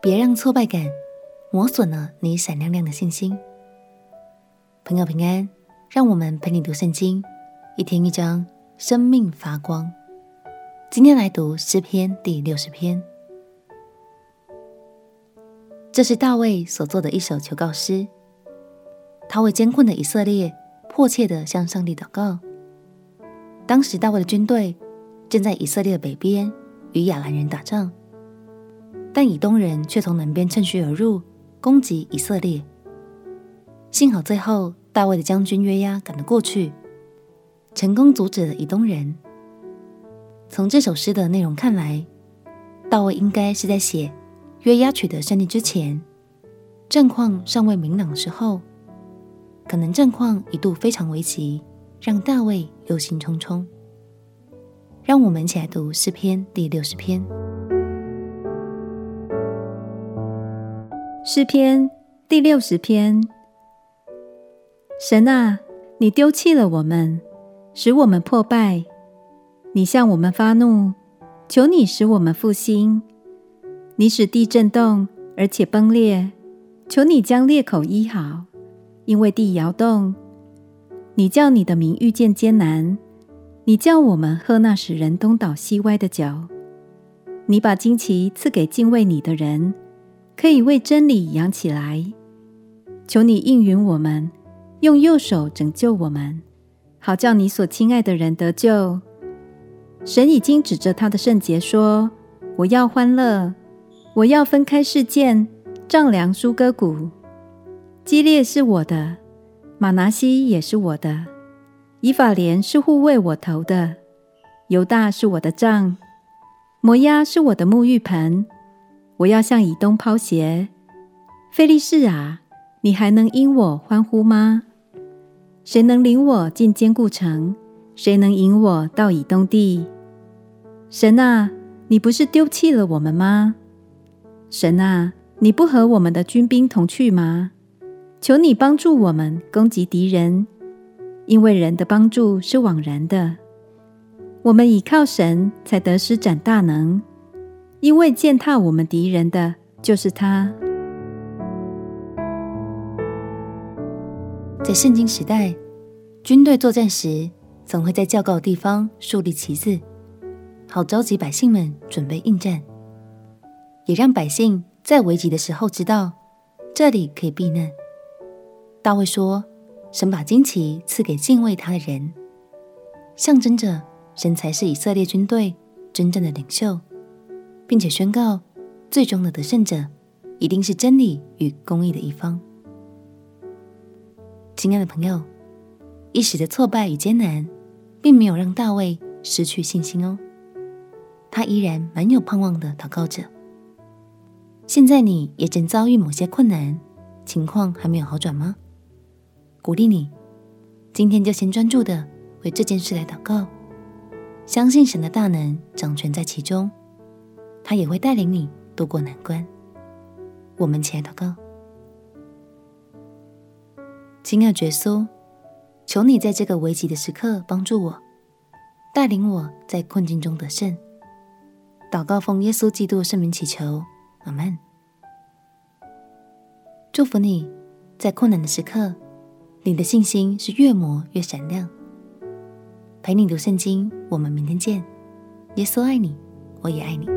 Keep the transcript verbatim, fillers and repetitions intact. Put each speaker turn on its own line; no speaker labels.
别让挫败感磨损了你闪亮亮的信心。朋友平安，让我们陪你读圣经，一天一章，生命发光。今天来读诗篇第六十篇。这是大卫所作的一首求告诗，他为艰困的以色列迫切地向上帝祷告。当时大卫的军队正在以色列的北边与亚兰人打仗，但以东人却从南边趁虚而入，攻击以色列。幸好最后大卫的将军约押赶了过去，成功阻止了以东人。从这首诗的内容看来，大卫应该是在写约押取得胜利之前，战况尚未明朗的时候，可能战况一度非常危急，让大卫忧心忡忡。让我们一起来读诗篇第六十篇。
诗篇第六十篇。神啊，你丢弃了我们，使我们破败。你向我们发怒，求你使我们复兴。你使地震动，而且崩裂，求你将裂口医好，因为地摇动。你叫你的民遇见艰难，你叫我们喝那使人东倒西歪的酒。你把旌旗赐给敬畏你的人，可以为真理扬起来。求你应允我们，用右手拯救我们，好叫你所亲爱的人得救。神已经指着他的圣洁说，我要欢乐，我要分开示剑，丈量舒歌谷。基列是我的，玛拿西也是我的，以法莲是护卫我头的，犹大是我的杖，摩押是我的沐浴盆。我要向以东抛鞋。非利士啊，你还能因我欢呼吗？谁能领我进坚固城？谁能引我到以东地？神啊，你不是丢弃了我们吗？神啊，你不和我们的军兵同去吗？求你帮助我们攻击敌人，因为人的帮助是枉然的。我们倚靠神才得施展大能，因为践踏我们敌人的就是他。
在圣经时代，军队作战时总会在较高的地方树立旗子，好召集百姓们准备应战，也让百姓在危急的时候知道这里可以避难。大卫说，神把旌旗赐给敬畏他的人，象征着神才是以色列军队真正的领袖，并且宣告最终的得胜者一定是真理与公义的一方。亲爱的朋友，一时的挫败与艰难并没有让大卫失去信心哦，他依然蛮有盼望的祷告着。现在你也正遭遇某些困难，情况还没有好转吗？鼓励你今天就先专注的为这件事来祷告，相信神的大能掌权在其中，他也会带领你度过难关。我们一起来祷告。亲爱的耶稣，求你在这个危急的时刻帮助我，带领我在困境中得胜。祷告奉耶稣基督圣名祈求，阿们。祝福你在困难的时刻，你的信心是越磨越闪亮。陪你读圣经，我们明天见。耶稣爱你，我也爱你。